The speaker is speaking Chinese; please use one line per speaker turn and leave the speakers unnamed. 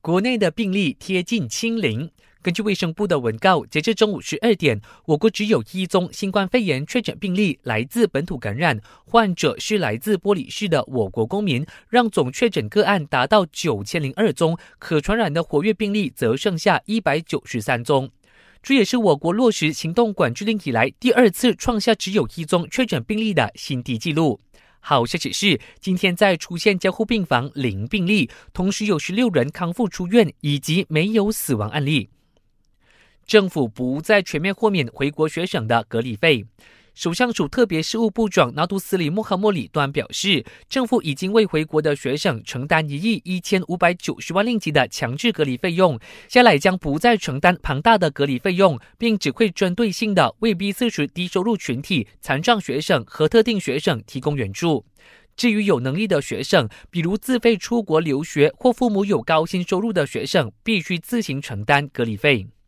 国内的病例贴近清零。根据卫生部的文告，截至中午12点，我国只有1宗新冠肺炎确诊病例来自本土感染，患者是来自玻璃市的我国公民，让总确诊个案达到9002宗，可传染的活跃病例则剩下193宗。这也是我国落实行动管制令以来第2次创下只有1宗确诊病例的新低纪录。好消息是，今天再出现加护病房0病例，同时有16人康复出院，以及没有死亡案例。政府不再全面豁免回国学生的隔离费。首相署特别事务部长纳杜斯里穆罕默里端表示，政府已经为回国的学生承担1亿1590万令吉的强制隔离费用，下来将不再承担庞大的隔离费用，并只会针对性的为 B40 低收入群体、残障学生和特定学生提供援助。至于有能力的学生，比如自费出国留学或父母有高薪收入的学生，必须自行承担隔离费。